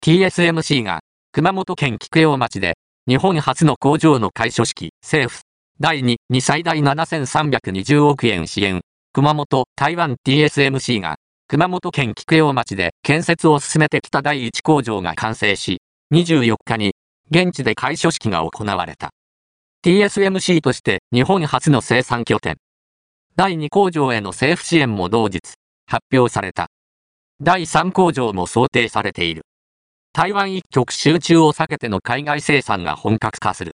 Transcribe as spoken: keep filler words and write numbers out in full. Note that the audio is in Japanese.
ティーエスエムシー が熊本県菊陽町で日本初の工場の開所式、政府だいにに最大ななせんさんびゃくにじゅうおくえん支援。熊本、台湾 ティーエスエムシー が熊本県菊陽町で建設を進めてきただいいち工場が完成し、にじゅうよっかに現地で開所式が行われた。ティーエスエムシー として日本初の生産拠点。だいに工場への政府支援も同日発表された。だいさん工場も想定されている。台湾一極集中を避けての海外生産が本格化する。